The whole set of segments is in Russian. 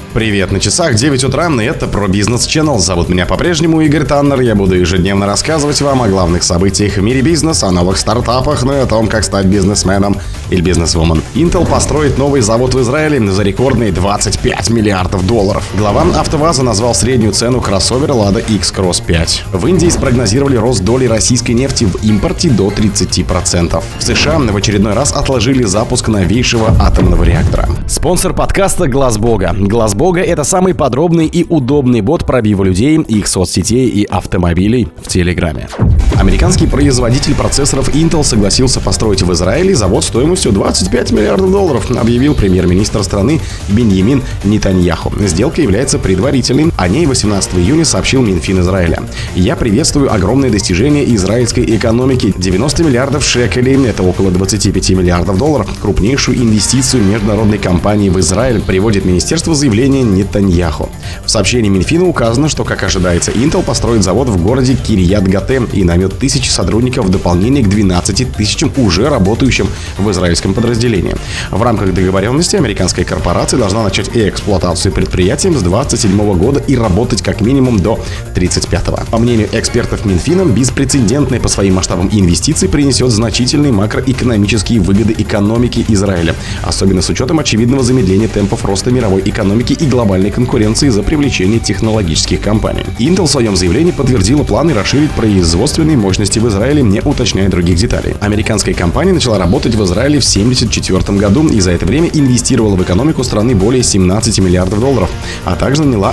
Привет, на часах 9 утра, и это про Business Channel. Зовут меня по-прежнему Игорь Таннер. Я буду ежедневно рассказывать вам о главных событиях в мире бизнеса, о новых стартапах, ну и о том, как стать бизнесменом или бизнесвумен. Intel построит новый завод в Израиле за рекордные $25 миллиардов. Глава АвтоВАЗа назвал среднюю цену кроссовера Lada X-Cross 5. В Индии спрогнозировали рост доли российской нефти в импорте до 30%. В США в очередной раз отложили запуск новейшего атомного реактора. Спонсор подкаста Глаз Бога. Глаз Бога — это самый подробный и удобный бот пробива людей, их соцсетей и автомобилей в Телеграме. Американский производитель процессоров Intel согласился построить в Израиле завод стоимостью $25 миллиардов, объявил премьер-министр страны Беньямин Нетаньяху. Сделка является предварительной. О ней 18 июня сообщил Минфин Израиля. «Я приветствую огромные достижения израильской экономики. 90 миллиардов шекелей — это около $25 миллиардов. Крупнейшую инвестицию международной компании в Израиль», приводит министерство заявление Нетаньяху. В сообщении Минфина указано, что, как ожидается, Intel построит завод в городе Кирьят-Гате и наймет тысячи сотрудников в дополнение к 12 тысячам уже работающим в израильском подразделении. В рамках договоренности американская корпорация должна начать эксплуатацию предприятия с 27 года и работать как минимум до 35-го. По мнению экспертов Минфина, беспрецедентная по своим масштабам инвестиции принесет значительные макроэкономические выгоды экономике Израиля, особенно с учетом очевидного замедления темпов роста мировой экономики и глобальной конкуренции за привлечение технологических компаний. Intel в своем заявлении подтвердила планы расширить производственные мощности в Израиле, не уточняя других деталей. Американская компания начала работать в Израиле в 1974 году и за это время инвестировала в экономику страны более $17 миллиардов, а также наняла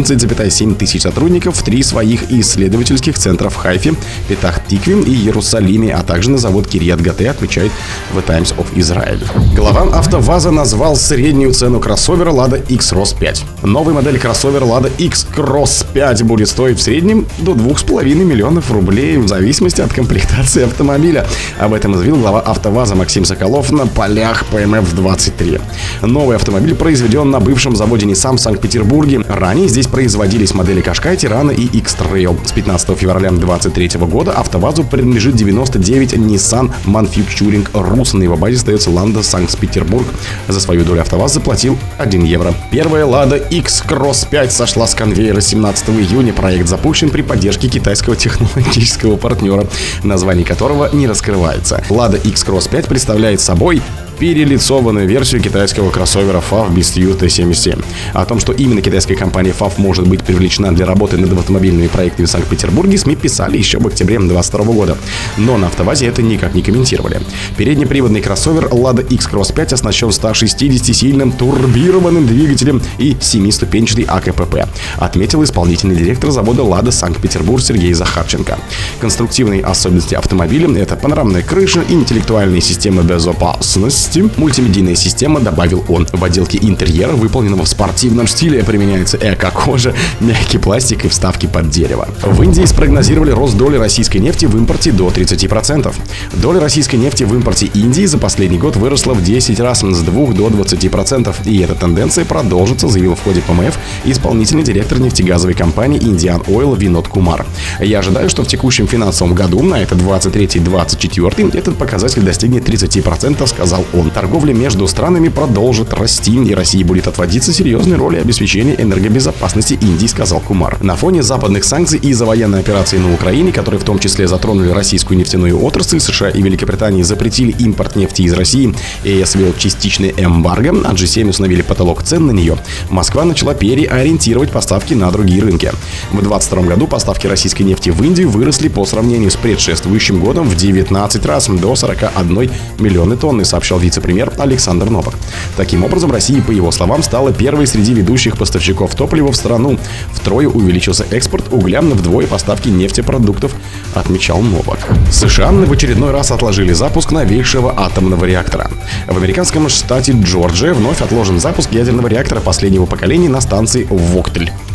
11,7 тысяч сотрудников в 3 своих исследовательских центра в Хайфе, Петах-Тикве и Иерусалиме, а также на завод Кирьят-Гате, отмечает The Times of Israel. Глава АвтоВАЗа назвал среднюю цену кроссовера Lada X-Cross 5. Новая модель кроссовера Lada X-Cross 5 будет стоить в среднем до $2,5 миллионов в зависимости от комплектации автомобиля. Об этом заявил глава АвтоВАЗа Максим Соколов на полях ПМФ-23. Новый автомобиль произведен на бывшем заводе Nissan в Санкт-Петербурге. Ранее здесь производились модели Qashqai, Tirana и X-Trail. С 15 февраля 2023 года АвтоВАЗу принадлежит 99 Nissan Manufacturing Rus. На его базе остается Landa Санкт-Петербург. За свою долю АвтоВАЗ заплатил €1. Первая Lada X-Cross 5 сошла с конвейера 17 июня. Проект запущен при поддержке китайского технологического партнера, название которого не раскрывается. Lada X-Cross 5 представляет собой перелицованную версию китайского кроссовера FAW BestU T77. О том, что именно китайская компания FAW может быть привлечена для работы над автомобильными проектами в Санкт-Петербурге, СМИ писали еще в октябре 2022 года. Но на АвтоВАЗе это никак не комментировали. Переднеприводный кроссовер Lada X-Cross 5 оснащен 160-сильным турбированным двигателем и 7-ступенчатой АКПП, отметил исполнительный директор завода Lada Санкт-Петербург Сергей Захарченко. Конструктивные особенности автомобиля — это панорамная крыша, интеллектуальная система безопасности, мультимедийная система, добавил он. В отделке интерьера, выполненного в спортивном стиле, применяется эко-кожа, мягкий пластик и вставки под дерево. В Индии спрогнозировали рост доли российской нефти в импорте до 30%. Доля российской нефти в импорте Индии за последний год выросла в 10 раз, с 2 до 20%. И эта тенденция продолжится, заявил в ходе ПМФ исполнительный директор нефтегазовой компании Indian Oil Винод Кумар. «Я ожидаю, что в текущем финансовом году, на это 23-24, этот показатель достигнет 30%, сказал он. Торговля между странами продолжит расти, и России будет отводиться серьезной роли обеспечения энергобезопасности Индии, сказал Кумар. На фоне западных санкций из-за военной операции на Украине, которые в том числе затронули российскую нефтяную отрасль, США и Великобритании запретили импорт нефти из России, ЕС ввел частичное эмбарго, а G7 установили потолок цен на нее, Москва начала переориентировать поставки на другие рынки. В 2022 году поставки российской нефти в Индию выросли по сравнению с предшествующим годом в 19 раз, до 41 миллиона тонн, сообщал вице-премьер Александр Новак. Таким образом, Россия, по его словам, стала первой среди ведущих поставщиков топлива в страну. Втрое увеличился экспорт угля, вдвое поставки нефтепродуктов, отмечал Новак. США в очередной раз отложили запуск новейшего атомного реактора. В американском штате Джорджия вновь отложен запуск ядерного реактора последнего поколения на станции Вогтль.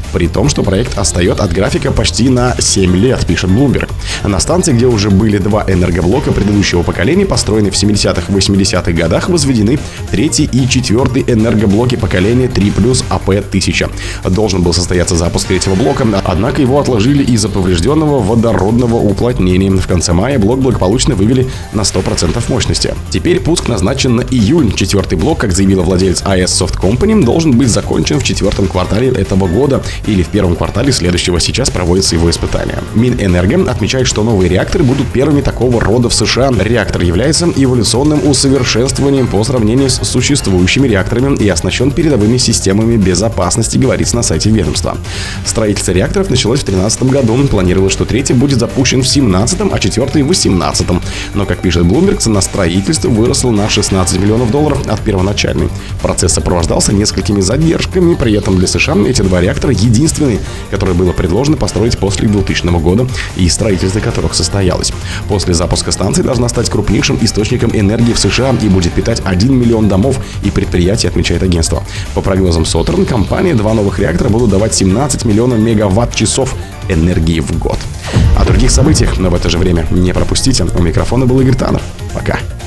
при том, что проект отстает от графика почти на 7 лет, пишет Bloomberg. На станции, где уже были 2 энергоблока предыдущего поколения, построенные в 70-80-х годах, возведены 3-й и 4-й энергоблоки поколения 3+ АП-1000. Должен был состояться запуск 3-го блока, однако его отложили из-за поврежденного водородного уплотнения. В конце мая блок благополучно вывели на 100% мощности. Теперь пуск назначен на июль. 4-й блок, как заявила владелец AES Soft Company, должен быть закончен в 4-м квартале этого года или в 1-м квартале следующего. Сейчас проводятся его испытания. Минэнерго отмечает, что новые реакторы будут первыми такого рода в США. Реактор является эволюционным усовершенствованием по сравнению с существующими реакторами и оснащен передовыми системами безопасности, говорится на сайте ведомства. Строительство реакторов началось в 2013 году. Планировалось, что 3-й будет запущен в 2017, а 4-й в 2018. Но, как пишет Bloomberg, цена строительства выросла на $16 миллионов от первоначальной. Процесс сопровождался несколькими задержками. При этом для США эти 2 реактора единственные, которые было предложено построить после 2000 года и строительство которых состоялось. После запуска станции должна стать крупнейшим источником энергии в США и будет питать 1 миллион домов и предприятий, отмечает агентство. По прогнозам Southern компании, 2 новых реактора будут давать 17 миллионов мегаватт-часов энергии в год. О других событиях, но в это же время не пропустите. У микрофона был Игорь Таннер. Пока.